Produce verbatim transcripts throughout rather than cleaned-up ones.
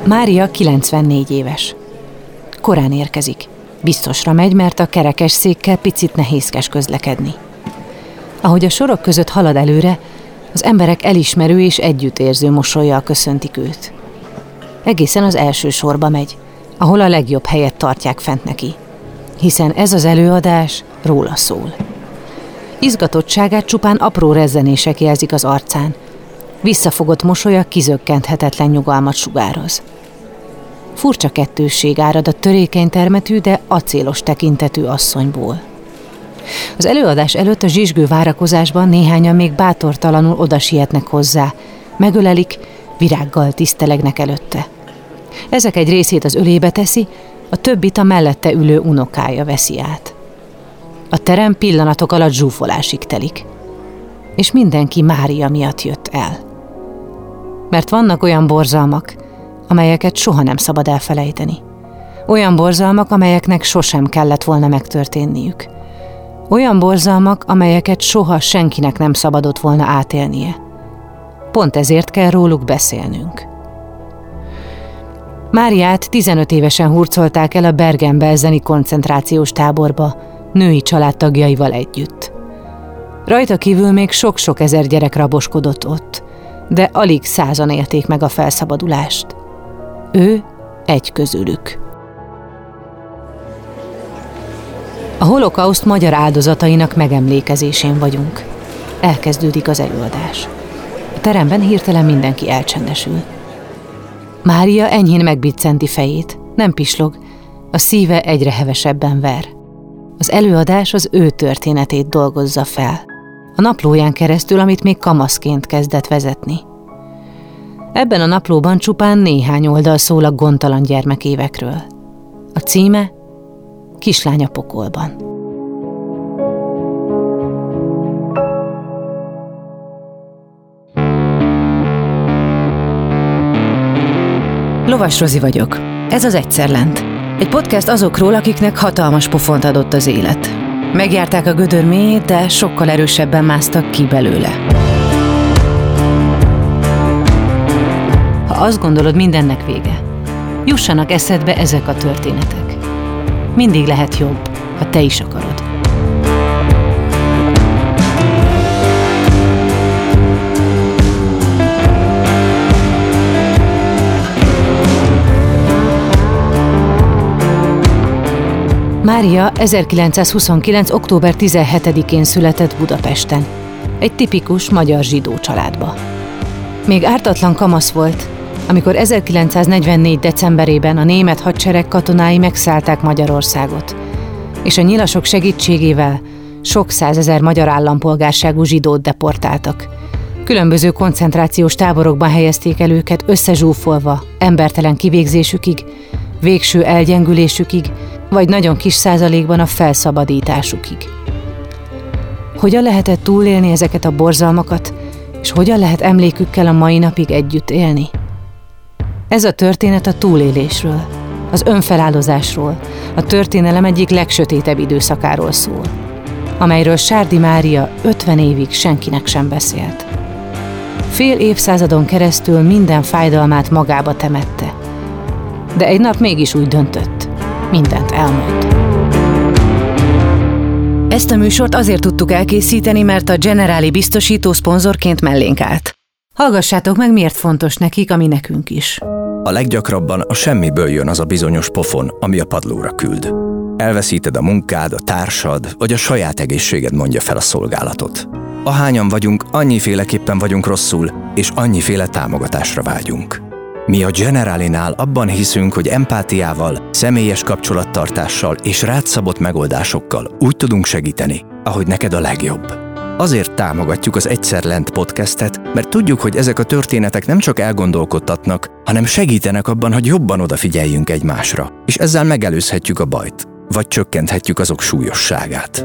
Mária kilencvennégy éves. Korán érkezik. Biztosra megy, mert a kerekesszékkel picit nehézkes közlekedni. Ahogy a sorok között halad előre, az emberek elismerő és együttérző mosollyal köszöntik őt. Egészen az első sorba megy, ahol a legjobb helyet tartják fent neki, hiszen ez az előadás róla szól. Izgatottságát csupán apró rezzenések jelzik az arcán, visszafogott mosolya kizökkenthetetlen nyugalmat sugároz. Furcsa kettősség árad a törékeny termetű, de acélos tekintetű asszonyból. Az előadás előtt a zsizsgő várakozásban néhányan még bátortalanul odasietnek hozzá, megölelik, virággal tisztelegnek előtte. Ezek egy részét az ölébe teszi, a többit a mellette ülő unokája veszi át. A terem pillanatok alatt zsúfolásig telik. És mindenki Mária miatt jött el. Mert vannak olyan borzalmak, amelyeket soha nem szabad elfelejteni. Olyan borzalmak, amelyeknek sosem kellett volna megtörténniük. Olyan borzalmak, amelyeket soha senkinek nem szabadott volna átélnie. Pont ezért kell róluk beszélnünk. Máriát tizenöt évesen hurcolták el a Bergen-Belseni koncentrációs táborba, női családtagjaival együtt. Rajta kívül még sok-sok ezer gyerek raboskodott ott, de alig százan élték meg a felszabadulást. Ő egy közülük. A holokauszt magyar áldozatainak megemlékezésén vagyunk. Elkezdődik az előadás. A teremben hirtelen mindenki elcsendesül. Mária enyhén megbiccenti fejét, nem pislog, a szíve egyre hevesebben ver. Az előadás az ő történetét dolgozza fel, a naplóján keresztül, amit még kamaszként kezdett vezetni. Ebben a naplóban csupán néhány oldal szól a gondtalan gyermekévekről. A címe Kislány a pokolban. Lovas Rozi vagyok. Ez az Egyszer Lent. Egy podcast azokról, akiknek hatalmas pofont adott az élet. Megjárták a gödör mélyét, de sokkal erősebben másztak ki belőle. Ha azt gondolod, mindennek vége, jussanak eszedbe ezek a történetek. Mindig lehet jobb, ha te is akarod. Mária ezerkilencszázhuszonkilenc. október tizenhetedikén született Budapesten, egy tipikus magyar zsidó családba. Még ártatlan kamasz volt, amikor ezerkilencszáznegyvennégy. decemberében a német hadsereg katonái megszállták Magyarországot, és a nyilasok segítségével sok százezer magyar állampolgárságú zsidót deportáltak. Különböző koncentrációs táborokban helyezték el őket összezsúfolva, embertelen kivégzésükig, végső elgyengülésükig, vagy nagyon kis százalékban a felszabadításukig. Hogyan lehetett túlélni ezeket a borzalmakat, és hogyan lehet emlékükkel a mai napig együtt élni? Ez a történet a túlélésről, az önfeláldozásról, a történelem egyik legsötétebb időszakáról szól, amelyről Sárdi Mária ötven évig senkinek sem beszélt. Fél évszázadon keresztül minden fájdalmát magába temette, de egy nap mégis úgy döntött, mindent elmond. Ezt a műsort azért tudtuk elkészíteni, mert a Generali biztosító szponzorként mellénk állt. Hallgassátok meg, miért fontos nekik, ami nekünk is. A leggyakrabban a semmiből jön az a bizonyos pofon, ami a padlóra küld. Elveszíted a munkád, a társad, vagy a saját egészséged mondja fel a szolgálatot. Ahányan vagyunk, annyiféleképpen vagyunk rosszul, és annyiféle támogatásra vágyunk. Mi a Generalinál abban hiszünk, hogy empátiával, személyes kapcsolattartással és rád szabott megoldásokkal úgy tudunk segíteni, ahogy neked a legjobb. Azért támogatjuk az Egyszer Lent podcastet, mert tudjuk, hogy ezek a történetek nem csak elgondolkodtatnak, hanem segítenek abban, hogy jobban odafigyeljünk egymásra, és ezzel megelőzhetjük a bajt, vagy csökkenthetjük azok súlyosságát.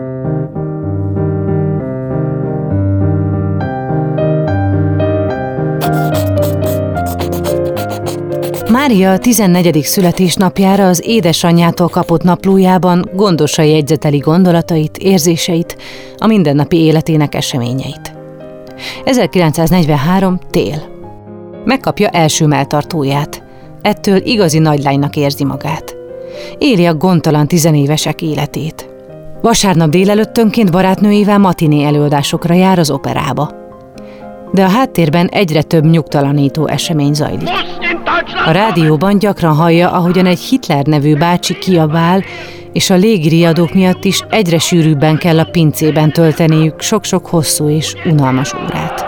Mária tizennegyedik születésnapjára az édesanyjától kapott naplójában gondosan jegyzeteli gondolatait, érzéseit, a mindennapi életének eseményeit. ezerkilencszáznegyvenhárom. tél. Megkapja első melltartóját, ettől igazi nagylánynak érzi magát. Éli a gondtalan tizenévesek életét. Vasárnap délelőttönként barátnőivel matiné előadásokra jár az operába. De a háttérben egyre több nyugtalanító esemény zajlik. A rádióban gyakran hallja, ahogyan egy Hitler nevű bácsi kiabál, és a légiriadók miatt is egyre sűrűbben kell a pincében tölteniük sok-sok hosszú és unalmas órát.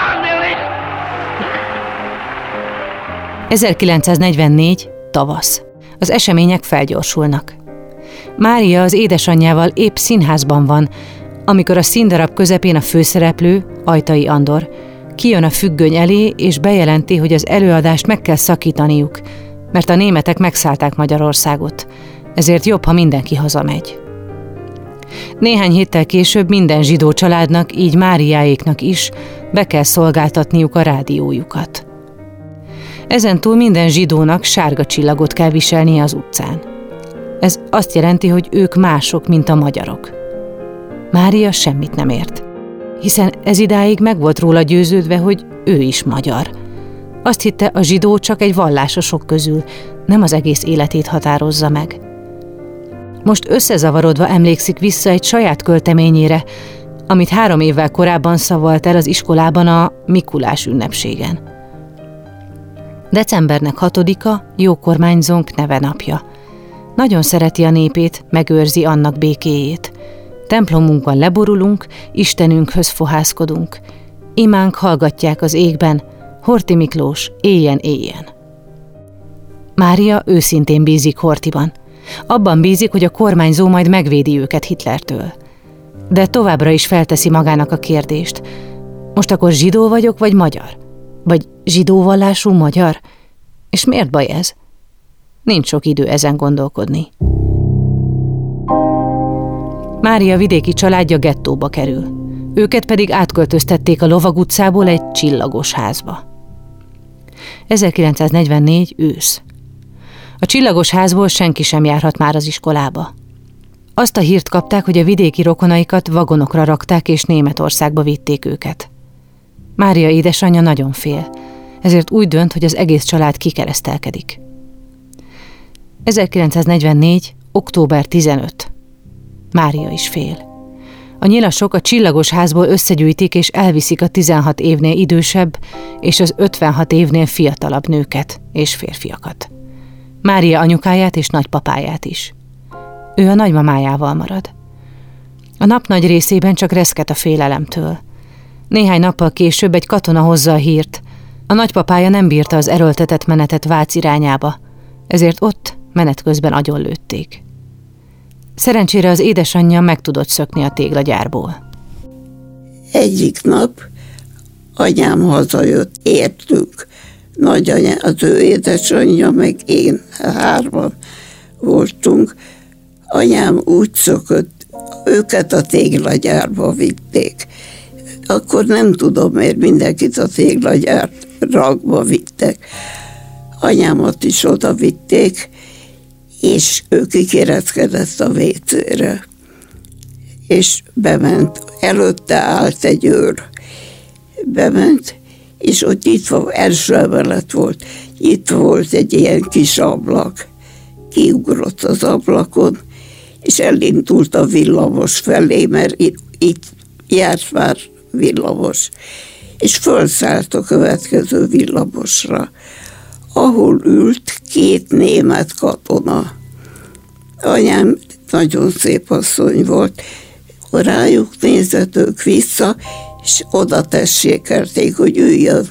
ezerkilencszáznegyvennégy. Tavasz. Az események felgyorsulnak. Mária az édesanyjával épp színházban van, amikor a színdarab közepén a főszereplő, Ajtai Andor, kijön a függöny elé, és bejelenti, hogy az előadást meg kell szakítaniuk, mert a németek megszállták Magyarországot, ezért jobb, ha mindenki hazamegy. Néhány héttel később minden zsidó családnak, így Máriáéknak is be kell szolgáltatniuk a rádiójukat. Ezentúl minden zsidónak sárga csillagot kell viselnie az utcán. Ez azt jelenti, hogy ők mások, mint a magyarok. Mária semmit nem ért, hiszen ez idáig meg volt róla győződve, hogy ő is magyar. Azt hitte, a zsidó csak egy vallás a sok közül, nem az egész életét határozza meg. Most összezavarodva emlékszik vissza egy saját költeményére, amit három évvel korábban szavalt el az iskolában a Mikulás ünnepségen. Decembernek hatodika Jó kormányzónk neve napja. Nagyon szereti a népét, megőrzi annak békéjét. Templomunkban leborulunk, Istenünkhöz fohászkodunk. Imánk hallgatják az égben, Horthy Miklós, éljen, éljen. Mária őszintén bízik Horthyban. Abban bízik, hogy a kormányzó majd megvédi őket Hitlertől. De továbbra is felteszi magának a kérdést. Most akkor zsidó vagyok, vagy magyar? Vagy zsidóvallású magyar? És miért baj ez? Nincs sok idő ezen gondolkodni. Mária vidéki családja gettóba kerül. Őket pedig átköltöztették a Lovag utcából egy csillagos házba. ezerkilencszáznegyvennégy. Ősz. A csillagos házból senki sem járhat már az iskolába. Azt a hírt kapták, hogy a vidéki rokonaikat vagonokra rakták és Németországba vitték őket. Mária édesanyja nagyon fél, ezért úgy dönt, hogy az egész család kikeresztelkedik. ezerkilencszáznegyvennégy. október tizenötödike. Mária is fél. A nyilasok a csillagos házból összegyűjtik és elviszik a tizenhat évnél idősebb és az ötvenhat évnél fiatalabb nőket és férfiakat. Mária anyukáját és nagypapáját is. Ő a nagymamájával marad. A nap nagy részében csak reszket a félelemtől. Néhány nappal később egy katona hozza a hírt. A nagypapája nem bírta az erőltetett menetet Vác irányába, ezért ott menet közben agyonlőtték. Szerencsére az édesanyja meg tudott szökni a téglagyárból. Egyik nap anyám hazajött, értünk. Nagyanyám, az ő édesanyja, meg én, hárman voltunk. Anyám úgy szökött, őket a téglagyárba vitték. Akkor nem tudom, miért mindenkit a téglagyárt rakba vittek. Anyámat is oda vitték, és ő kikéreckedett a vécére. És bement, előtte állt egy őr. Bement, és ott nyitva, első emelet volt, itt volt egy ilyen kis ablak. Kiugrott az ablakon, és elindult a villamos felé, mert itt, itt járt már villamos. És fölszállt a következő villamosra, ahol ült két német katona. Anyám nagyon szép asszony volt, rájuk nézett, ők vissza, és oda tessékelték, hogy üljön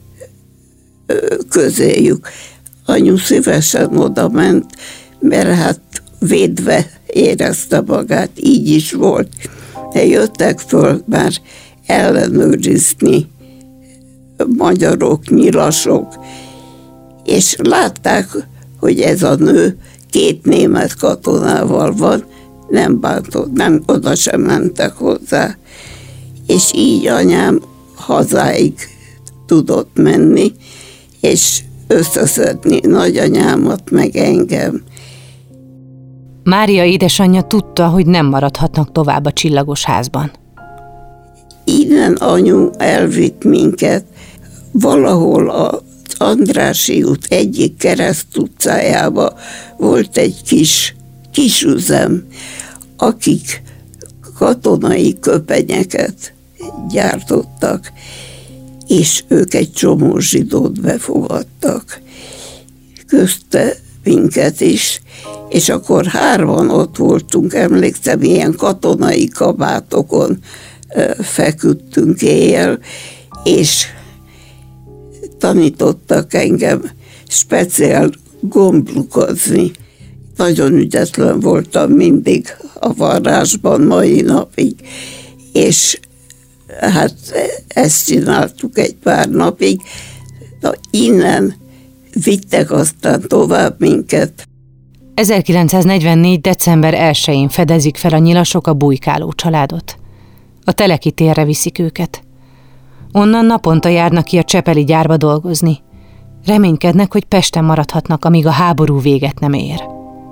közéjük. Anyu szívesen oda ment, mert hát védve érezte magát, így is volt. De jöttek föl már ellenőrizni magyarok, nyilasok, és látták, hogy ez a nő két német katonával van, nem bántott, nem, oda sem mentek hozzá. És így anyám hazáig tudott menni, és összeszedni nagyanyámat, meg engem. Mária édesanyja tudta, hogy nem maradhatnak tovább a csillagos házban. Innen anyu elvitt minket valahol a Andrássy út egyik kereszt utcájában volt egy kis, kis üzem, akik katonai köpenyeket gyártottak, és ők egy csomó zsidót befogadtak, közte minket is, és akkor hárman ott voltunk, emlékszem, ilyen katonai kabátokon feküdtünk éjjel, és tanítottak engem speciál gomblukozni. Nagyon ügyetlen voltam mindig a varrásban mai napig, és hát ezt csináltuk egy pár napig. Na, innen vittek aztán tovább minket. ezerkilencszáznegyvennégy. december elsején fedezik fel a nyilasok a Bujkáló családot. A Teleki térre viszik őket. Onnan naponta járnak ki a csepeli gyárba dolgozni. Reménykednek, hogy Pesten maradhatnak, amíg a háború véget nem ér.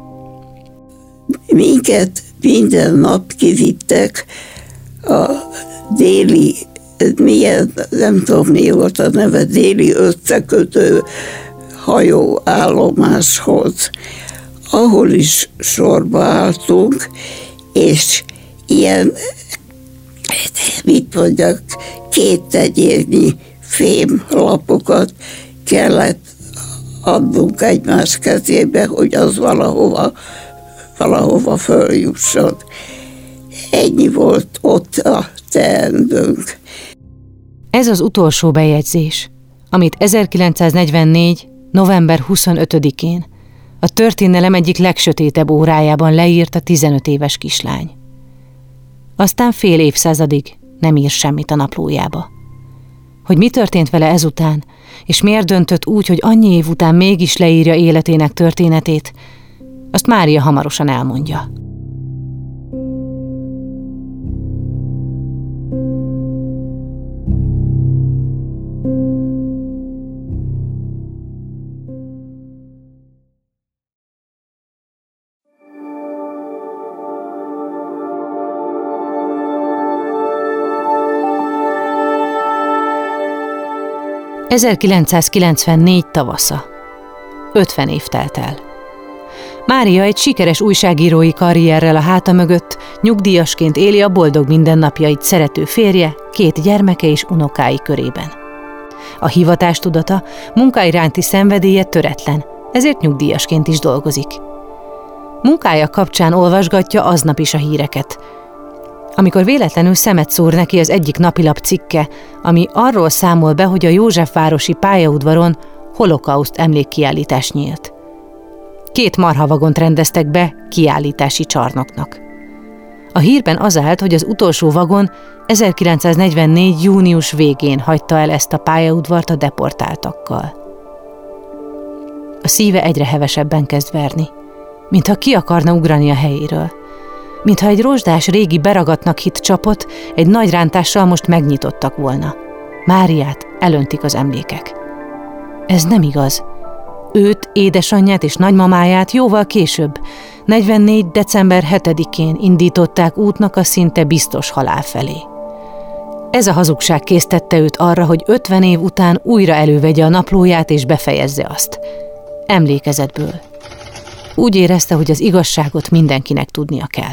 Minket minden nap kivittek a déli, milyen, nem tudom mi volt a neve, déli összekötő hajóállomáshoz, ahol is sorba álltunk, és ilyen, mit mondjak, két tegyérnyi fémlapokat kellett adnunk egymás kezébe, hogy az valahova, valahova följusson. Ennyi volt ott a teendőnk. Ez az utolsó bejegyzés, amit ezerkilencszáznegyvennégy. november huszonötödikén a történelem egyik legsötétebb órájában leírt a tizenöt éves kislány. Aztán fél évszázadig nem ír semmit a naplójába. Hogy mi történt vele ezután, és miért döntött úgy, hogy annyi év után mégis leírja életének történetét, azt Mária hamarosan elmondja. ezerkilencszázkilencvennégy tavasza. ötven év telt el. Mária egy sikeres újságírói karrierrel a háta mögött nyugdíjasként éli a boldog mindennapjait szerető férje, két gyermeke és unokái körében. A hivatástudata, munka iránti szenvedélye töretlen, ezért nyugdíjasként is dolgozik. Munkája kapcsán olvasgatja aznap is a híreket, amikor véletlenül szemet szúr neki az egyik napilap cikke, ami arról számol be, hogy a Józsefvárosi pályaudvaron holokauszt emlékkiállítás nyílt. Két marhavagont rendeztek be kiállítási csarnoknak. A hírben az állt, hogy az utolsó vagon ezerkilencszáznegyvennégy. június végén hagyta el ezt a pályaudvart a deportáltakkal. A szíve egyre hevesebben kezd verni, mintha ki akarna ugrani a helyéről. Mintha egy rozsdás régi beragattnak hitt csapot egy nagy rántással most megnyitottak volna. Máriát elöntik az emlékek. Ez nem igaz. Őt, édesanyját és nagymamáját jóval később, negyvennégy. december hetedikén indították útnak a szinte biztos halál felé. Ez a hazugság késztette őt arra, hogy ötven év után újra elővegye a naplóját és befejezze azt. Emlékezetből. Úgy érezte, hogy az igazságot mindenkinek tudnia kell.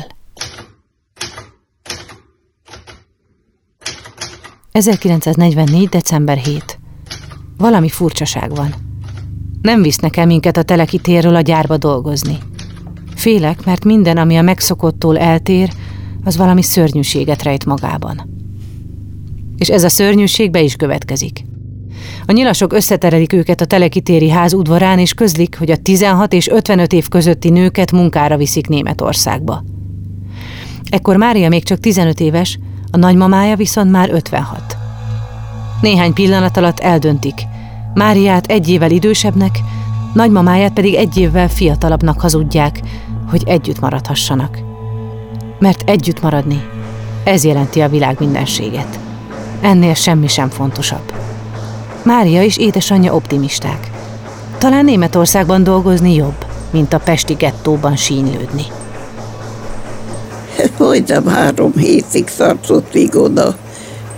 ezerkilencszáznegyvennégy. december hetedike. Valami furcsaság van. Nem visznek el minket a Teleki térről a gyárba dolgozni. Félek, mert minden, ami a megszokottól eltér, az valami szörnyűséget rejt magában. És ez a szörnyűség be is következik. A nyilasok összeterelik őket a Teleki téri ház udvarán, és közlik, hogy a tizenhat és ötvenöt év közötti nőket munkára viszik Németországba. Ekkor Mária még csak tizenöt éves, a nagymamája viszont már ötvenhat. Néhány pillanat alatt eldöntik. Máriát egy évvel idősebbnek, nagymamáját pedig egy évvel fiatalabbnak hazudják, hogy együtt maradhassanak. Mert együtt maradni, ez jelenti a világ mindenséget. Ennél semmi sem fontosabb. Mária és édesanyja optimisták. Talán Németországban dolgozni jobb, mint a pesti gettóban sínylődni. Majdnem három hétig tartott, míg oda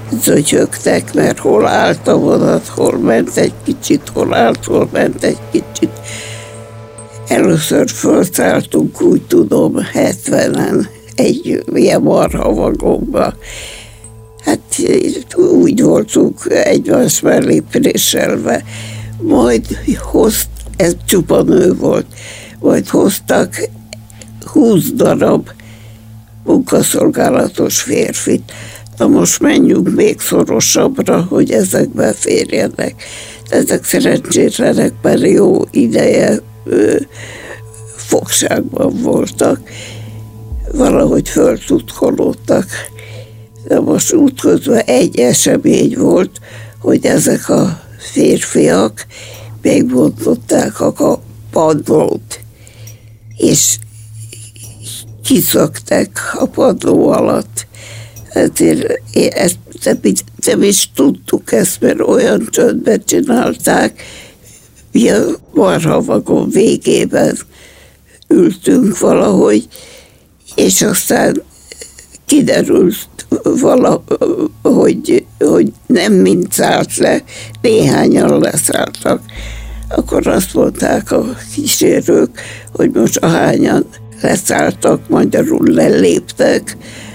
zötyögtek, mert hol állt a vonat, hol ment egy kicsit, hol állt, hol ment egy kicsit. Először fölszálltunk, úgy tudom, hetvenen egy ilyen marhavagokba. Hát úgy voltunk egymás mellé préselve. Majd hozt, ez csupa nő volt, majd hoztak húsz darab munkaszolgálatos férfit. Na most menjünk még szorosabbra, hogy ezekbe férjenek. Ezek szerencsétlenek, mert jó ideje ö, fogságban voltak. Valahogy föltudkolódtak. De most útközben egy esemény volt, hogy ezek a férfiak megbontották a padlót, és kiszöktek a padló alatt. Ezért ezt nem is tudtuk ezt, mert olyan csöndben csinálták, mi a marhavagon végében ültünk valahogy, és aztán kiderült vala, hogy, hogy nem mind szállt le, néhányan leszálltak. Akkor azt mondták a kísérők, hogy most ahányan leszálltak, magyarul leléptek,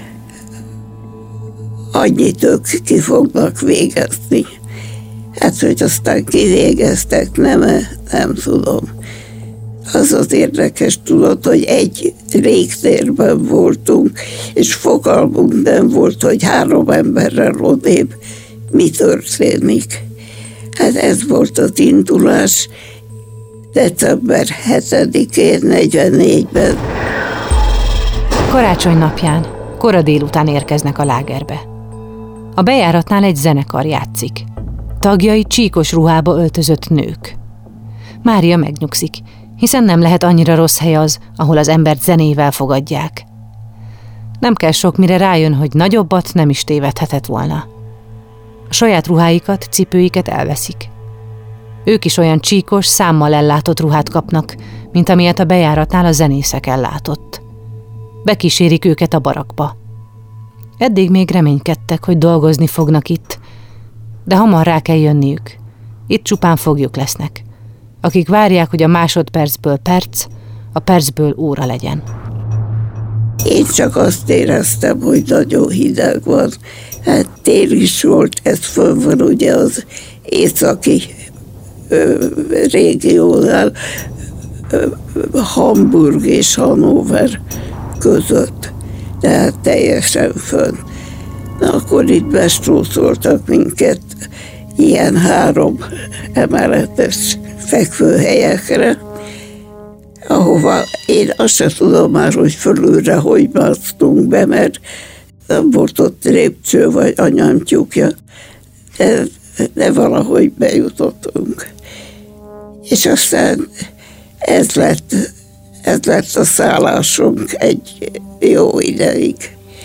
annyit ők ki fognak végezni. Hát, hogy aztán kivégeztek, nem, nem tudom. Az az érdekes, tudod, hogy egy légtérben voltunk, és fogalmunk nem volt, hogy három emberrel odébb mi történik. Hát ez volt az indulás december hetedikén, negyvennégyben. Karácsony napján, kora délután érkeznek a lágerbe. A bejáratnál egy zenekar játszik. Tagjai csíkos ruhába öltözött nők. Mária megnyugszik, hiszen nem lehet annyira rossz hely az, ahol az embert zenével fogadják. Nem kell sok, mire rájön, hogy nagyobbat nem is tévedhetett volna. A saját ruháikat, cipőiket elveszik. Ők is olyan csíkos, számmal ellátott ruhát kapnak, mint amilyet a bejáratnál a zenészek ellátott. Bekísérik őket a barakba. Eddig még reménykedtek, hogy dolgozni fognak itt, de hamar rá kell jönniük. Itt csupán foglyok lesznek, akik várják, hogy a másodpercből perc, a percből óra legyen. Én csak azt éreztem, hogy nagyon hideg van. Hát tél is volt, ez föl van ugye az északi ö, régiónál, ö, Hamburg és Hannover között. Tehát teljesen fönn. Na, akkor itt bestrószoltak minket ilyen három emeletes fekvőhelyekre, ahova én azt sem tudom már, hogy fölülre hogy másztunk be, mert nem volt ott lépcső vagy anyamtyúkja, de, de valahogy bejutottunk. És aztán ez lett, ez lett a szállásunk egy jó ideig.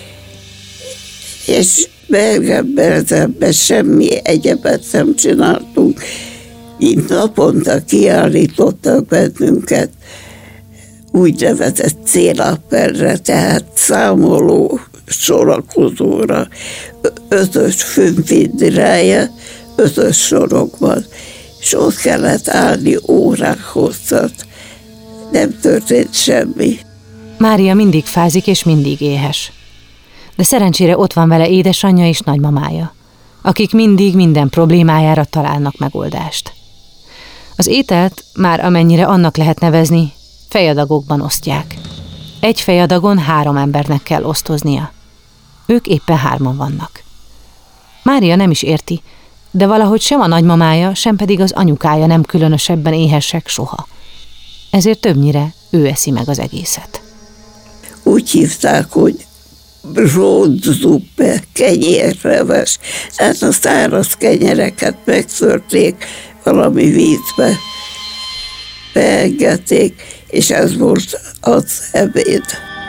És Bergen-Belsenben semmi egyebet nem csináltunk. Így naponta kiállítottak bennünket úgynevezett célapperre, tehát számoló sorakozóra, ötös fünfindirája, ötös sorokban, és ott kellett állni órák hosszat. Nem történt semmi. Mária mindig fázik és mindig éhes. De szerencsére ott van vele édesanyja és nagymamája, akik mindig minden problémájára találnak megoldást. Az ételt, már amennyire annak lehet nevezni, fejadagokban osztják. Egy fejadagon három embernek kell osztoznia. Ők éppen hárman vannak. Mária nem is érti, de valahogy sem a nagymamája, sem pedig az anyukája nem különösebben éhesek soha. Ezért többnyire ő eszi meg az egészet. Úgy hívták, hogy brodzuppe, kenyérleves. Tehát a száraz kenyereket megszörték, valami vízbe beengedték, és ez volt az ebéd.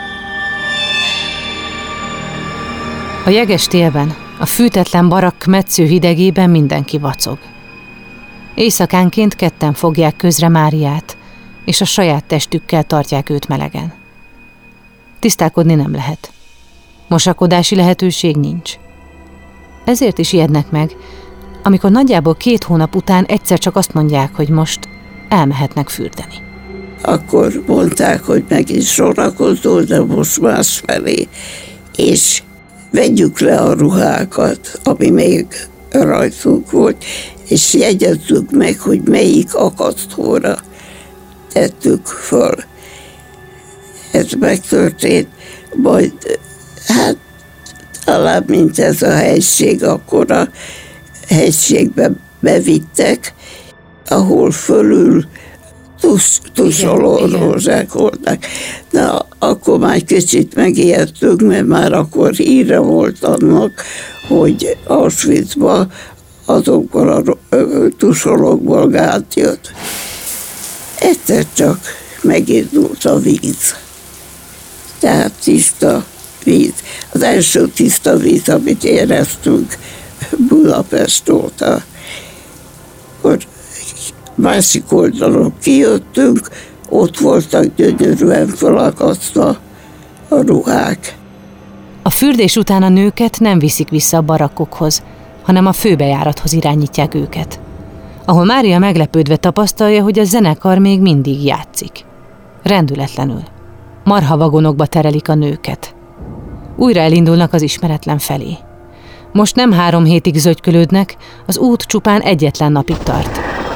A jeges télben, a fűtetlen barakk metsző hidegében mindenki vacog. Éjszakánként ketten fogják közre Máriát, és a saját testükkel tartják őt melegen. Tisztálkodni nem lehet. Mosakodási lehetőség nincs. Ezért is ijednek meg, amikor nagyjából két hónap után egyszer csak azt mondják, hogy most elmehetnek fürdeni. Akkor mondták, hogy meg is sorakozol, de most másfelé, és vegyük le a ruhákat, ami még rajtunk volt, és jegyezzük meg, hogy melyik akasztóra tettük föl. Ez megtörtént, majd hát talán mint ez a helység, akkor a helységbe bevittek, ahol fölül tus, tusoló rózsák voltak. Na, akkor már kicsit megijedtünk, mert már akkor híre volt annak, hogy Auschwitzba azokból a tusolókból gát jött. Egyszer csak megindult a víz. Tehát tiszta víz. Az első tiszta víz, amit éreztünk Budapest óta. Akkor másik oldalon kijöttünk, ott voltak gyönyörűen felakasztva a ruhák. A fürdés után a nőket nem viszik vissza a barakkokhoz, hanem a főbejárathoz irányítják őket, ahol Mária meglepődve tapasztalja, hogy a zenekar még mindig játszik. Rendületlenül. Marhavagonokba terelik a nőket. Újra elindulnak az ismeretlen felé. Most nem három hétig zögykölődnek, az út csupán egyetlen napig tart.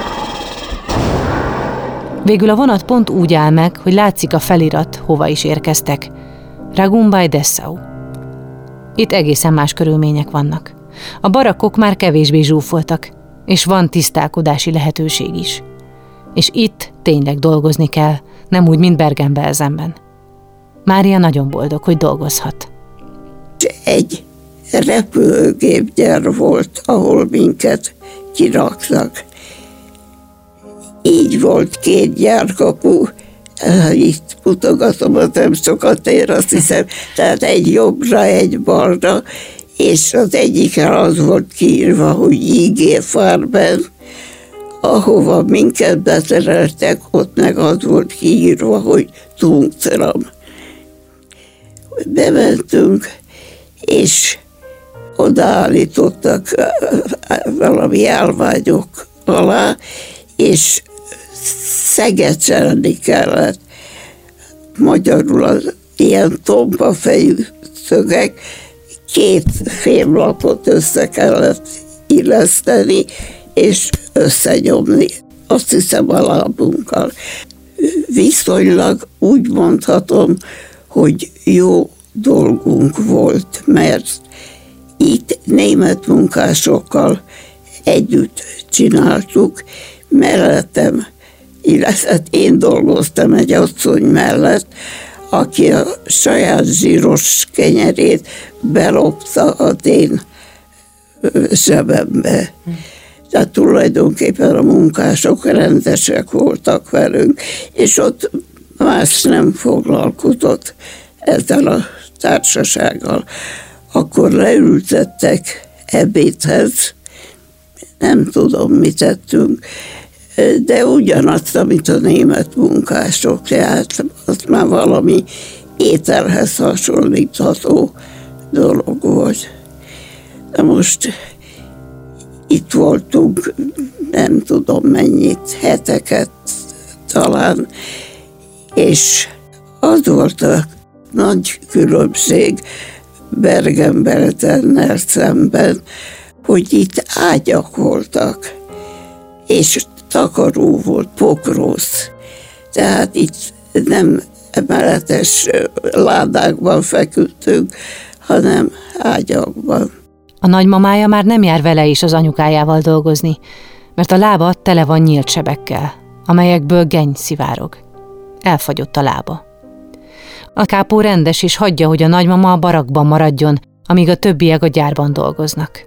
Végül a vonat pont úgy áll meg, hogy látszik a felirat, hova is érkeztek. Ragunbai-Dessau. Itt egészen más körülmények vannak. A barakkok már kevésbé zsúfoltak, és van tisztálkodási lehetőség is. És itt tényleg dolgozni kell, nem úgy, mint Bergen-Belsenben. Mária nagyon boldog, hogy dolgozhat. Egy repülőgépgyár volt, ahol minket kiraktak. Így volt két gyárkapu, itt mutogatom, az nem sokat ér, azt hiszem, tehát egy jobbra, egy balra, és az egyikre az volt kiírva, hogy I G Farben, ahova minket betereltek, ott meg az volt kiírva, hogy Tungsram. Bementünk, és odaállítottak valami állványok alá, és szegecselni kellett. Magyarul az ilyen tompa fejű szögek, két fémlapot össze kellett illeszteni, és összenyomni. Azt hiszem a lábunkkal. Viszonylag úgy mondhatom, hogy jó dolgunk volt, mert itt német munkásokkal együtt csináltuk, mellettem, illetve én dolgoztam egy asszony mellett, aki a saját zsíros kenyerét belopta az én zsebembe. Tehát tulajdonképpen a munkások rendesek voltak velünk, és ott más nem foglalkozott ezzel a társasággal. Akkor leültettek ebédhez, nem tudom, mit tettünk, de ugyanazt, amit a német munkások, tehát az már valami ételhez hasonlítható dolog volt. De most itt voltunk, nem tudom mennyit, heteket talán, és az volt a nagy különbség Bergen-Belsennel szemben, hogy itt ágyak voltak, és takaró volt, pokrósz. Tehát itt nem emeletes ládákban feküdtünk, hanem ágyakban. A nagymamája már nem jár vele is az anyukájával dolgozni, mert a lába tele van nyílt sebekkel, amelyekből genny szivárog. Elfagyott a lába. A kápó rendes, és hagyja, hogy a nagymama a barakban maradjon, amíg a többiek a gyárban dolgoznak.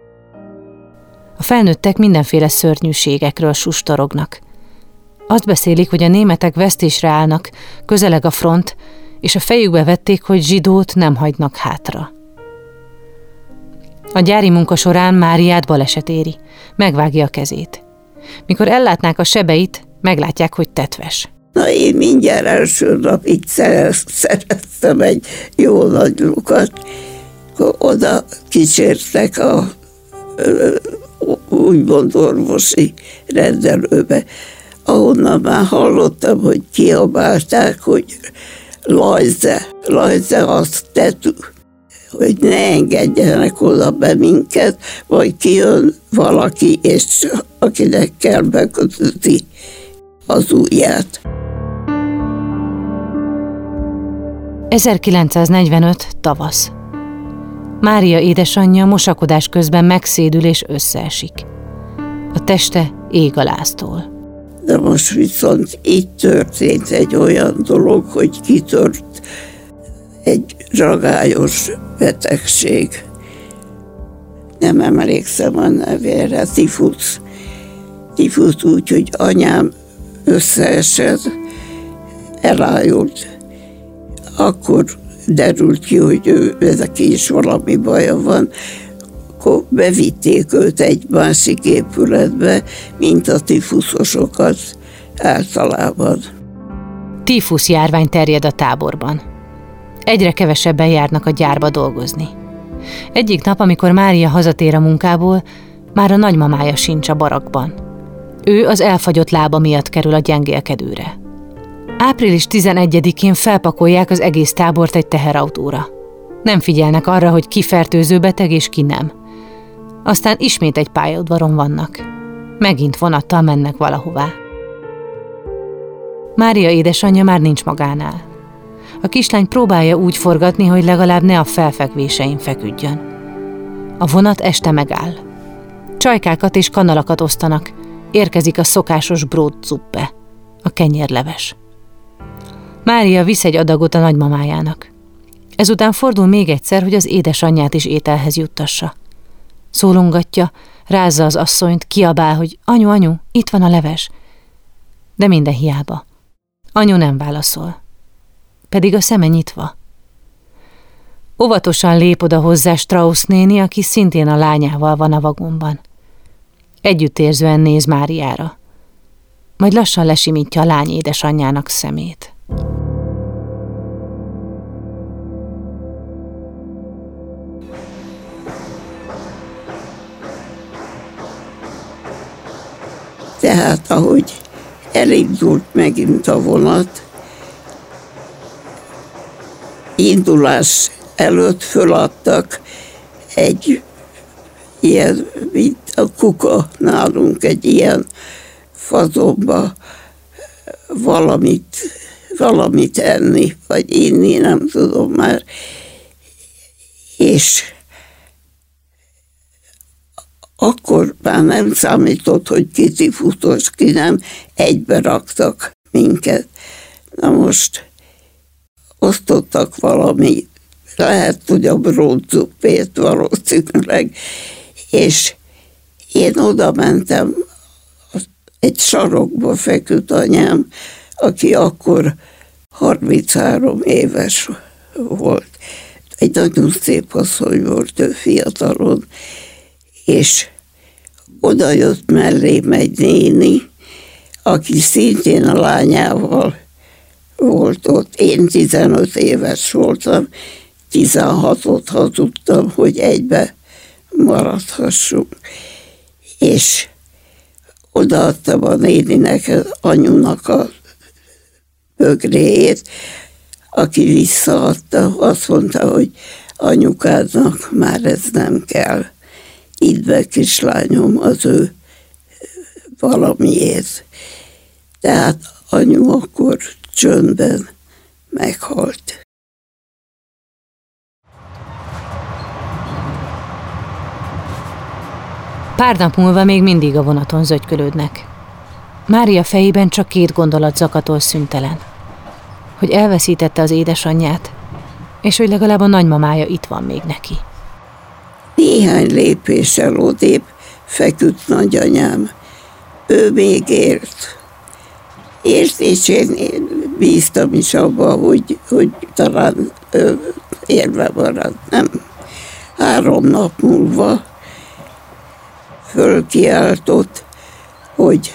A felnőttek mindenféle szörnyűségekről sustorognak. Azt beszélik, hogy a németek vesztésre állnak, közeleg a front, és a fejükbe vették, hogy zsidót nem hagynak hátra. A gyári munka során Máriát baleset éri, megvágja a kezét. Mikor ellátnák a sebeit, meglátják, hogy tetves. Na, én mindjárt első napig szereztem egy jó nagy lukat. Oda kísértek a úgymond orvosi rendelőbe, ahonnan már hallottam, hogy kiabálták, hogy Lajze, Lajze azt tetű, hogy ne engedjenek oda be minket, vagy kijön valaki, és akinek kell bekötözni az ujját. ezerkilencszáznegyvenöt tavasz. Mária édesanyja mosakodás közben megszédül és összeesik. A teste ég a láztól. De most viszont itt történt egy olyan dolog, hogy kitört egy ragályos betegség. Nem emlékszem a nevére, tifusz. Tifusz úgy, hogy anyám összeesett, elájult. Akkor derült ki, hogy ő, neki is valami baja van, akkor bevitték őt egy másik épületbe, mint a tifuszosokat általában. Tífusz járvány terjed a táborban. Egyre kevesebben járnak a gyárba dolgozni. Egyik nap, amikor Mária hazatér a munkából, már a nagymamája sincs a barakban. Ő az elfagyott lába miatt kerül a gyengélkedőre. április tizenegyedikén felpakolják az egész tábort egy teherautóra. Nem figyelnek arra, hogy ki fertőző beteg és ki nem. Aztán ismét egy pályaudvaron vannak. Megint vonattal mennek valahová. Mária édesanyja már nincs magánál. A kislány próbálja úgy forgatni, hogy legalább ne a felfekvésein feküdjön. A vonat este megáll. Csajkákat és kanalakat osztanak. Érkezik a szokásos bródzuppe, a kenyérleves. Mária visz egy adagot a nagymamájának. Ezután fordul még egyszer, hogy az édesanyját is ételhez juttassa. Szólongatja, rázza az asszonyt, kiabál, hogy anyu, anyu, itt van a leves. De minden hiába. Anyu nem válaszol. Pedig a szeme nyitva. Óvatosan lép oda hozzá Strauss néni, aki szintén a lányával van a vagonban. Együttérzően néz Máriára. Majd lassan lesimítja a lány édesanyjának szemét. Tehát, ahogy elindult megint a vonat, indulás előtt föladtak egy ilyen, mint a kuka nálunk, egy ilyen fazonba valamit, valamit enni, vagy inni, nem tudom már. És akkor már nem számított, hogy ki tifuszos, ki nem, egybe raktak minket. Na most osztottak valami, lehet, hogy a bródzuppét valószínűleg, és én oda mentem, egy sarokba feküdt anyám, aki akkor harminchárom éves volt. Egy nagyon szép asszony volt ő fiatalon, és oda jött mellém egy néni, aki szintén a lányával volt ott. Én tizenöt éves voltam, tizenhatot hazudtam, hogy egybe maradhassunk. És odaadtam a néninek, az anyunak a bögréjét, aki visszaadta, azt mondta, hogy anyukádnak már ez nem kell. Itt be, kislányom, az ő valamiért. Tehát anyu akkor csöndben meghalt. Pár nap múlva még mindig a vonaton zögykölődnek. Mária fejében csak két gondolat zakatol szüntelen. Hogy elveszítette az édesanyját, és hogy legalább a nagymamája itt van még neki. Néhány lépéssel odébb feküdt nagyanyám. Ő még élt. Élt, és én, én bíztam is abba, hogy, hogy talán ő élve marad. Nem. Három nap múlva fölkiáltott, hogy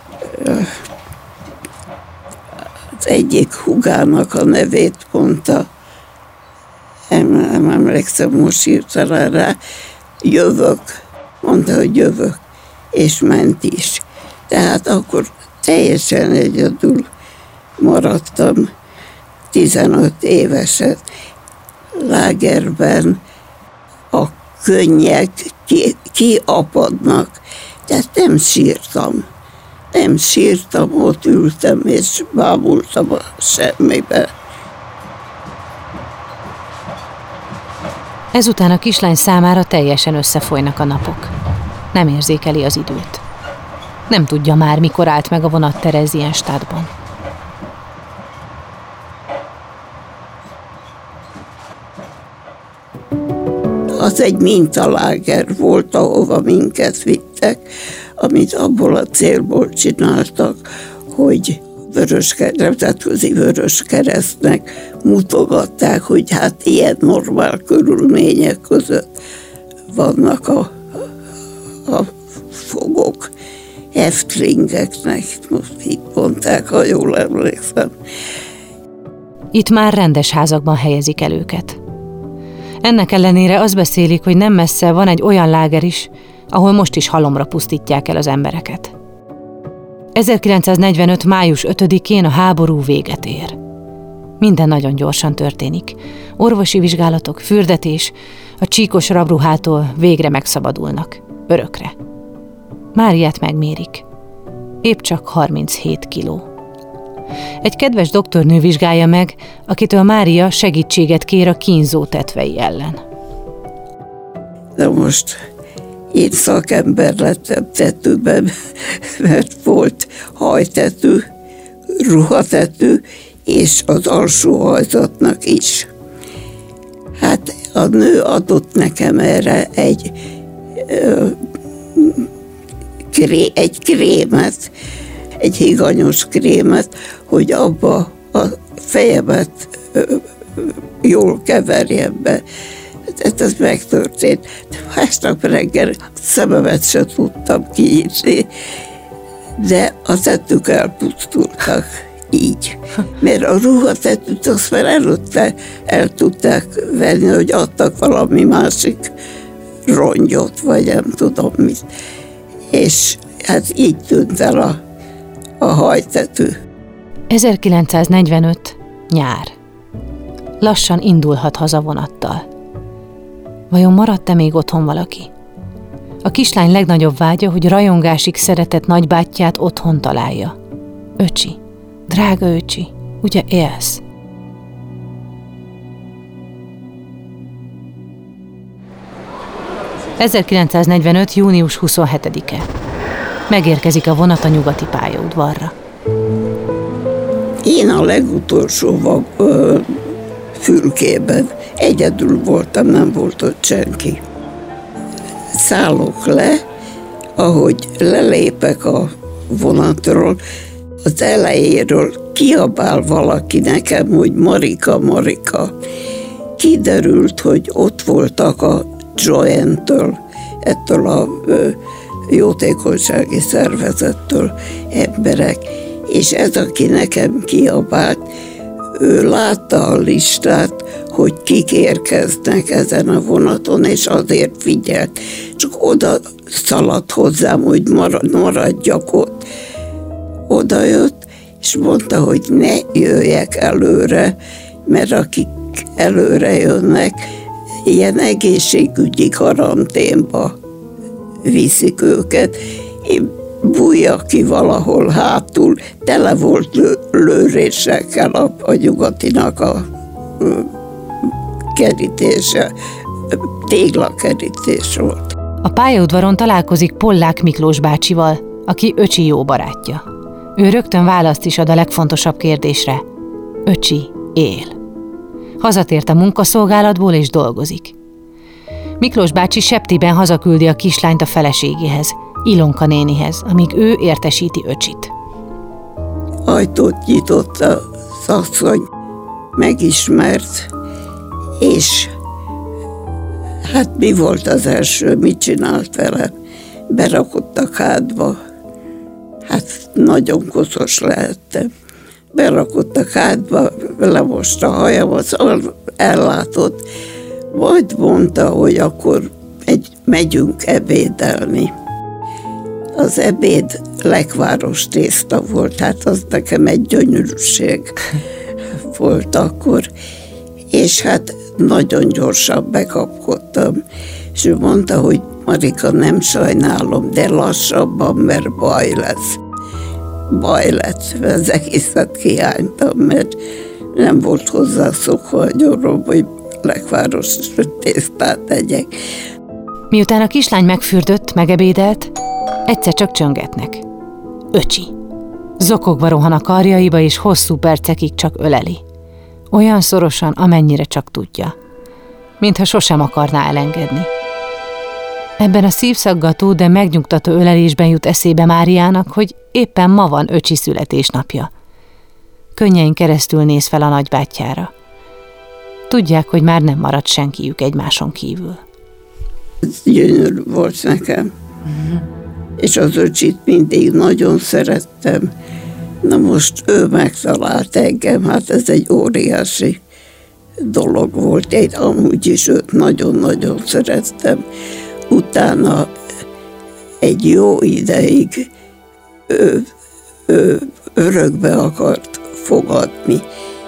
az egyik húgának a nevét mondta, nem, nem emlékszem most hirtelen rá, jövök. mondta, hogy jövök, és ment is. Tehát akkor teljesen egyedül maradtam, tizenöt évesen, lágerben a könnyek ki, kiapadnak, tehát nem sírtam. Nem sírtam, ott ültem és bámultam a semmibe. Ezután a kislány számára teljesen összefolynak a napok. Nem érzékeli az időt. Nem tudja már, mikor állt meg a vonat Theresienstadtban. Az egy mintaláger volt, ahova minket vittek, amit abból a célból csináltak, hogy vörös, nemzetközi Vöröskeresztnek mutogatták, hogy hát ilyen normál körülmények között vannak a, a fogok. Eftlingeknek, most így mondták, ha jól emlékszem. Itt már rendes házakban helyezik el őket. Ennek ellenére azt beszélik, hogy nem messze van egy olyan láger is, ahol most is halomra pusztítják el az embereket. ezerkilencszáznegyvenöt. május ötödikén a háború véget ér. Minden nagyon gyorsan történik. Orvosi vizsgálatok, fürdetés, a csíkos rabruhától végre megszabadulnak. Örökre. Máriát megmérik. Épp csak harminchét kiló. Egy kedves doktornő vizsgálja meg, akitől Mária segítséget kér a kínzó tetvei ellen. De most én szakember lettem tetőben, mert volt hajtető, ruhatető, és az alsó hajzatnak is. Hát a nő adott nekem erre egy, ö, kré, egy krémet, egy higanyos krémet, hogy abba a fejemet ö, ö, jól keverjem be. Tehát ez megtörtént. De másnap reggel szememet se tudtam kinyitni, de a tettük elpusztultak így. Mert a ruhatetűt azt már előtte el tudták venni, hogy adtak valami másik rongyot, vagy nem tudom mit. És hát így tűnt el a, a hajtetű. ezerkilencszáznegyvenöt. nyár. Lassan indulhat haza vonattal. Vajon maradt-e még otthon valaki? A kislány legnagyobb vágya, hogy rajongásig szeretett nagybátyját otthon találja. Öcsi, drága öcsi, ugye élsz? ezerkilencszáznegyvenöt. június huszonhetedike. Megérkezik a vonat a nyugati pályaudvarra. Én a legutolsó vag, ö, fülkében egyedül voltam, nem volt ott senki. Szállok le, ahogy lelépek a vonatról, az elejéről kiabál valaki nekem, hogy Marika, Marika. Kiderült, hogy ott voltak a Joint-től, ettől a ö, jótékonysági szervezettől emberek, és ez, aki nekem kiabált, ő látta a listát, hogy kik érkeznek ezen a vonaton, és azért figyelt. Csak oda szaladt hozzám, hogy maradjak ott. Oda jött, és mondta, hogy ne jöjjek előre, mert akik előre jönnek, ilyen egészségügyi karanténba viszik őket. Én bújjak ki valahol hátul, tele volt lő, lőrésekkel a, a nyugatinak a, a kerítése, téglakerítés volt. A pályaudvaron találkozik Pollák Miklós bácsival, aki öcsi jó barátja. Ő rögtön választ is ad a legfontosabb kérdésre. Öcsi él. Hazatért a munkaszolgálatból és dolgozik. Miklós bácsi septiben hazaküldi a kislányt a feleségéhez, Ilonka nénihez, amíg ő értesíti öcsit. Ajtót nyitott az asszony, megismert, és hát mi volt az első, mit csinált velem? Berakott a kádba. Hát nagyon koszos lehettem. Berakott a kádba, lemost a hajamat, szóval ellátott. Majd mondta, hogy akkor egy megyünk ebédelni. Az ebéd lekváros tészta volt, hát az nekem egy gyönyörűség volt akkor, és hát nagyon gyorsan bekapkodtam, és ő mondta, hogy Marika, nem sajnálom, de lassabban, mert baj lesz. Baj lett, az egészet kihánytam, mert nem volt hozzászokva a gyorom, hogy lekváros tésztát tegyek. Miután a kislány megfürdött, megebédelt, egyszer csak csöngetnek. Öcsi. Zokogva rohan a karjaiba, és hosszú percekig csak öleli. Olyan szorosan, amennyire csak tudja. Mintha sosem akarná elengedni. Ebben a szívszaggató, de megnyugtató ölelésben jut eszébe Máriának, hogy éppen ma van öcsi születésnapja. Könnyein keresztül néz fel a nagybátyjára. Tudják, hogy már nem maradt senkiük egymáson kívül. Ez gyönyörű volt nekem. Uh-huh. És az öcsit mindig nagyon szerettem. Na most ő megtalált engem, hát ez egy óriási dolog volt. Én amúgy is őt nagyon-nagyon szerettem. Utána egy jó ideig ő, ő örökbe akart fogadni.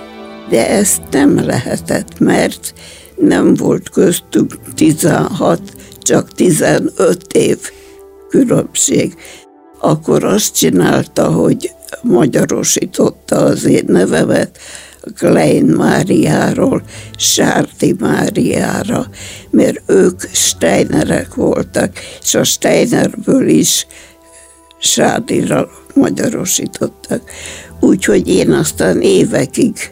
De ezt nem lehetett, mert nem volt köztük tizenhat, csak tizenöt év különbség. Akkor azt csinálta, hogy magyarosította az én nevemet, Klein Máriáról Sárti Máriára, mert ők Steinerek voltak, és a Steinerből is Sártira magyarosítottak. Úgyhogy én aztán évekig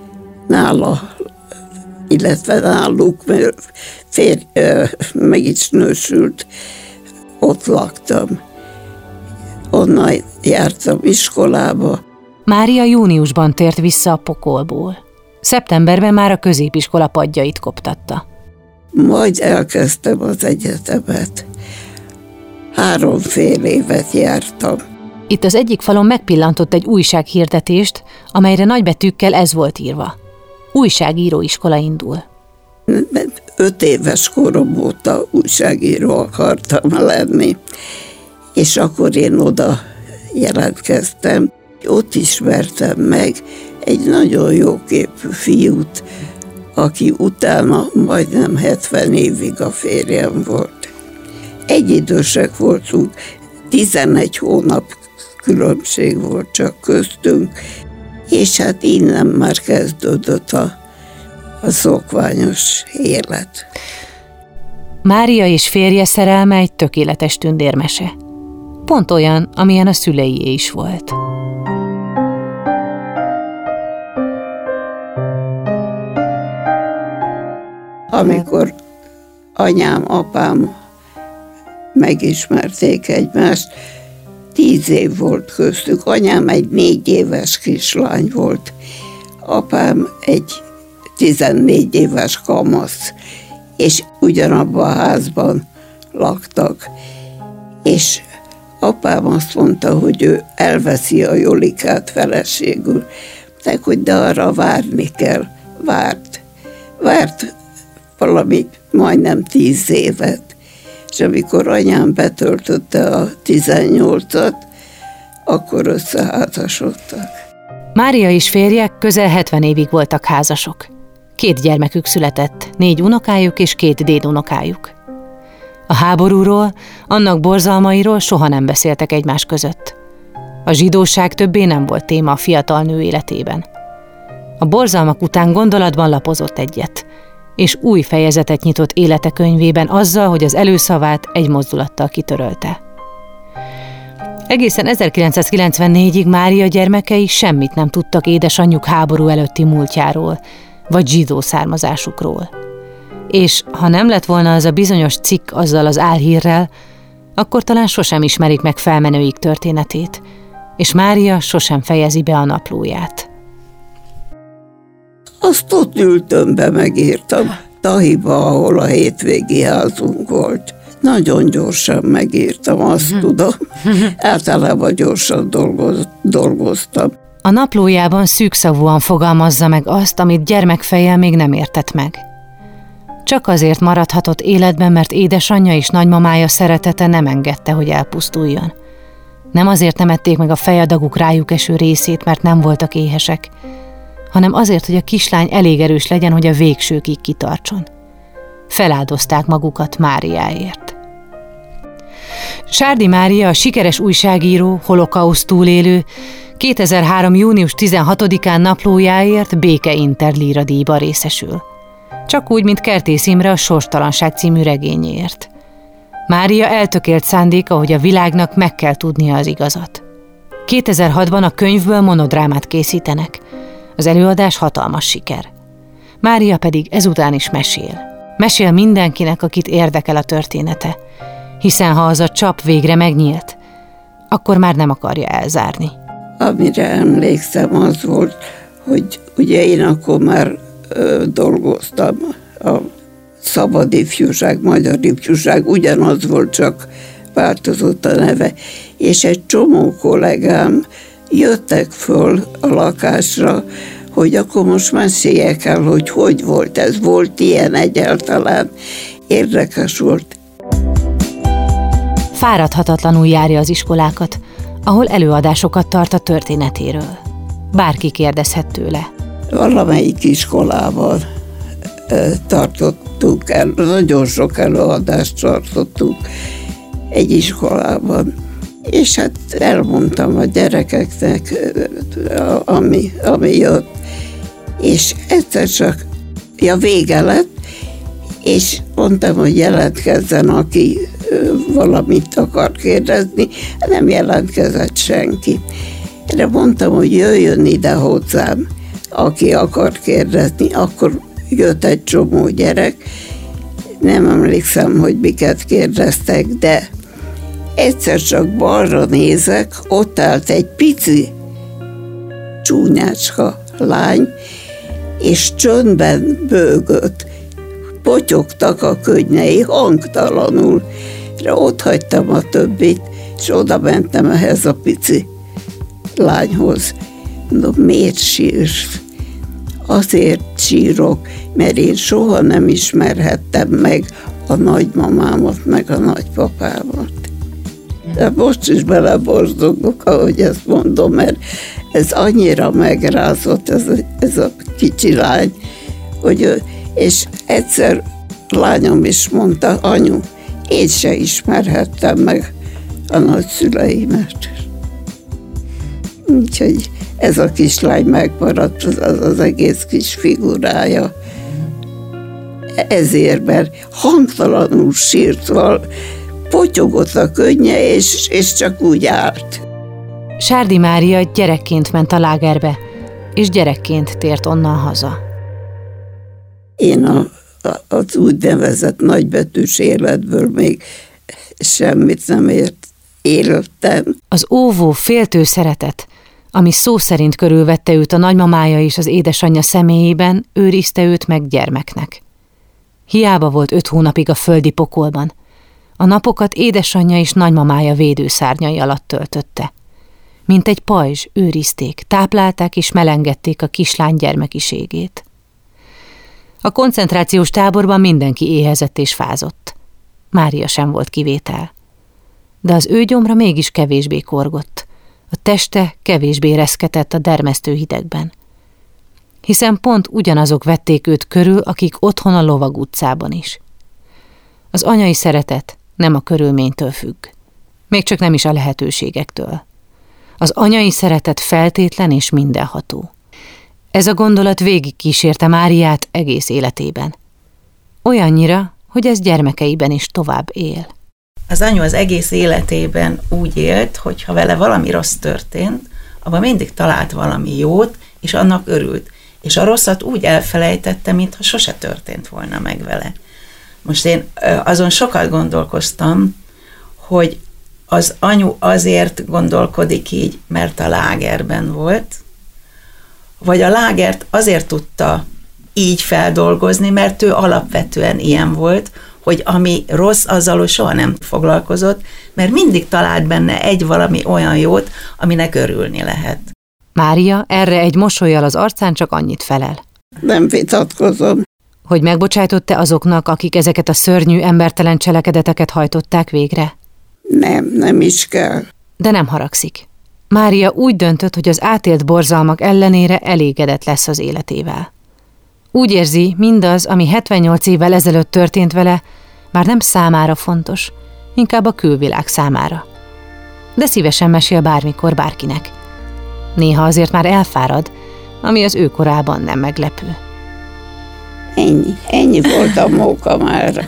nála, illetve náluk, mert férj, meg is nősült, ott laktam. Onnan jártam iskolába. Mária júniusban tért vissza a pokolból. Szeptemberben már a középiskola padjait koptatta. Majd elkezdtem az egyetemet. Három fél évet jártam. Itt az egyik falon megpillantott egy újsághirdetést, amelyre nagybetűkkel ez volt írva. Újságíróiskola indul. Öt éves korom óta újságíró akartam lenni, és akkor én oda jelentkeztem. Ott ismertem meg egy nagyon jóképű fiút, aki utána majdnem hetven évig a férjem volt. Egyidősek voltunk, tizenegy hónap különbség volt csak köztünk, és hát innen már kezdődött a, a szokványos élet. Mária és férje szerelme egy tökéletes tündérmese. Pont olyan, amilyen a szüleié is volt. Amikor anyám, apám megismerték egymást, tíz év volt köztük. Anyám egy négy éves kislány volt, apám egy tizennégy éves kamasz, és ugyanabban a házban laktak. És apám azt mondta, hogy ő elveszi a Jolikát feleségül, de hogy de arra várni kell. Várt. Várt valami majdnem tíz évet. És amikor anyám betöltötte a tizennyolcat, akkor összeházasodtak. Mária és férje közel hetven évig voltak házasok. Két gyermekük született, négy unokájuk és két dédunokájuk. A háborúról, annak borzalmairól soha nem beszéltek egymás között. A zsidóság többé nem volt téma a fiatal nő életében. A borzalmak után gondolatban lapozott egyet, és új fejezetet nyitott élete könyvében azzal, hogy az előszavát egy mozdulattal kitörölte. Egészen ezerkilencszázkilencvennégyig Mária gyermekei semmit nem tudtak édesanyjuk háború előtti múltjáról, vagy zsidó származásukról. És ha nem lett volna az a bizonyos cikk azzal az álhírrel, akkor talán sosem ismerik meg felmenőik történetét, és Mária sosem fejezi be a naplóját. Azt ott ültöm be, megírtam Tahiba, ahol a hétvégi házunk volt. Nagyon gyorsan megírtam, azt tudom. Általában gyorsan dolgoz, dolgoztam. A naplójában szűkszavúan fogalmazza meg azt, amit gyermekfejjel még nem értett meg. Csak azért maradhatott életben, mert édesanyja és nagymamája szeretete nem engedte, hogy elpusztuljon. Nem azért nem ették meg a fejadaguk rájuk eső részét, mert nem voltak éhesek, hanem azért, hogy a kislány elég erős legyen, hogy a végsőkig kitartson. Feláldozták magukat Máriáért. Sárdi Mária, a sikeres újságíró, holokauszt túlélő, kétezer-három. június tizenhatodikán naplójáért Béke Interlíra díjba részesül. Csak úgy, mint Kertész Imre a Sorstalanság című regényéért. Mária eltökélt szándéka, hogy a világnak meg kell tudnia az igazat. kétezer-hatban a könyvből monodrámát készítenek. Az előadás hatalmas siker. Mária pedig ezután is mesél. Mesél mindenkinek, akit érdekel a története, hiszen ha az a csap végre megnyílt, akkor már nem akarja elzárni. Amire emlékszem, az volt, hogy ugye én akkor már ö, dolgoztam a Szabad Ifjúság, Magyar Ifjúság, ugyanaz volt, csak változott a neve, és egy csomó kollégám jöttek föl a lakásra, hogy akkor most meséljek el, hogy hogy volt ez, volt ilyen egyáltalán. Érdekes volt. Fáradhatatlanul járja az iskolákat, ahol előadásokat tart a történetéről. Bárki kérdezhet tőle. Valamelyik iskolában e, tartottunk el, nagyon sok előadást tartottunk egy iskolában, és hát elmondtam a gyerekeknek, ami, ami jött, és egyszer csak ja, vége lett, és mondtam, hogy jelentkezzen, aki valamit akar kérdezni, nem jelentkezett senki. De mondtam, hogy jöjjön ide hozzám, aki akar kérdezni, akkor jött egy csomó gyerek, nem emlékszem, hogy miket kérdeztek, de egyszer csak balra nézek, ott állt egy pici csúnyácska lány, és csöndben bőgött. Potyogtak a könnyei hangtalanul, és ott hagytam a többit, és oda mentem ehhez a pici lányhoz. Mondom, miért sírsz? Azért sírok, mert én soha nem ismerhettem meg a nagymamámat, meg a nagypapámat. De most is beleborzogok, ahogy ezt mondom, mert ez annyira megrázott, ez a, ez a kicsi lány, hogy, és egyszer lányom is mondta, anyu, én se ismerhettem meg a nagyszüleimet. Úgyhogy ez a kislány megmaradt, az, az az egész kis figurája. Ezért, mert hangtalanul sírt val, potyogott a könnye, és, és csak úgy állt. Sárdi Mária gyerekként ment a lágerbe, és gyerekként tért onnan haza. Én a, a, az úgynevezett nagybetűs életből még semmit nem ért, éltem. Az óvó, féltő szeretet, ami szó szerint körülvette őt a nagymamája és az édesanyja személyében, őrizte őt meg gyermeknek. Hiába volt öt hónapig a földi pokolban. A napokat édesanyja és nagymamája védőszárnyai alatt töltötte. Mint egy pajzs őrizték, táplálták és melengették a kislány gyermekiségét. A koncentrációs táborban mindenki éhezett és fázott. Mária sem volt kivétel. De az ő gyomra mégis kevésbé korgott. A teste kevésbé reszketett a dermesztő hidegben. Hiszen pont ugyanazok vették őt körül, akik otthon a Lovag utcában is. Az anyai szeretet nem a körülménytől függ. Még csak nem is a lehetőségektől. Az anyai szeretet feltétlen és mindenható. Ez a gondolat végig kísérte Máriát egész életében. Olyannyira, hogy ez gyermekeiben is tovább él. Az anyu az egész életében úgy élt, hogy ha vele valami rossz történt, abban mindig talált valami jót, és annak örült. És a rosszat úgy elfelejtette, mintha sose történt volna meg vele. Most én azon sokat gondolkoztam, hogy az anyu azért gondolkodik így, mert a lágerben volt, vagy a lágert azért tudta így feldolgozni, mert ő alapvetően ilyen volt, hogy ami rossz, azzal ő soha nem foglalkozott, mert mindig talált benne egy valami olyan jót, aminek örülni lehet. Mária erre egy mosollyal az arcán csak annyit felel. Nem vitatkozom. Hogy megbocsájtott-e azoknak, akik ezeket a szörnyű, embertelen cselekedeteket hajtották végre? Nem, nem is kell. De nem haragszik. Mária úgy döntött, hogy az átélt borzalmak ellenére elégedett lesz az életével. Úgy érzi, mindaz, ami hetvennyolc évvel ezelőtt történt vele, már nem számára fontos, inkább a külvilág számára. De szívesen mesél bármikor bárkinek. Néha azért már elfárad, ami az ő korában nem meglepő. Ennyi, ennyi volt a móka már.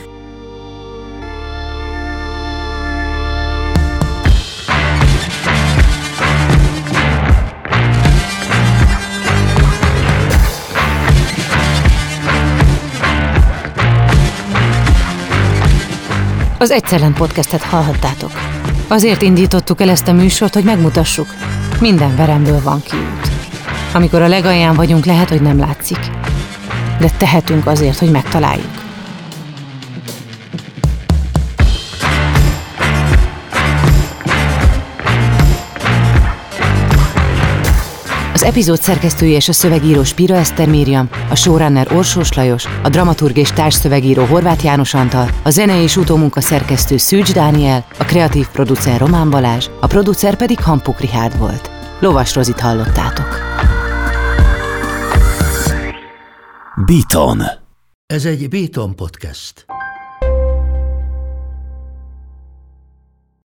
Az Egyszerlen podcastet hallhattátok. Azért indítottuk el ezt a műsort, hogy megmutassuk, minden veremből van kiút. Amikor a legalján vagyunk, lehet, hogy nem látszik, de tehetünk azért, hogy megtaláljuk. Az epizód szerkesztője és a szövegíró Spira Eszter Miriam, a showrunner Orsós Lajos, a dramaturg és társszövegíró Horváth János Antal, a zene és utómunka szerkesztő Szűcs Dániel, a kreatív producer Román Balázs, a producer pedig Hampuk Richárd volt. Lovas Rozit hallottátok. Beaton. Ez egy Beaton podcast.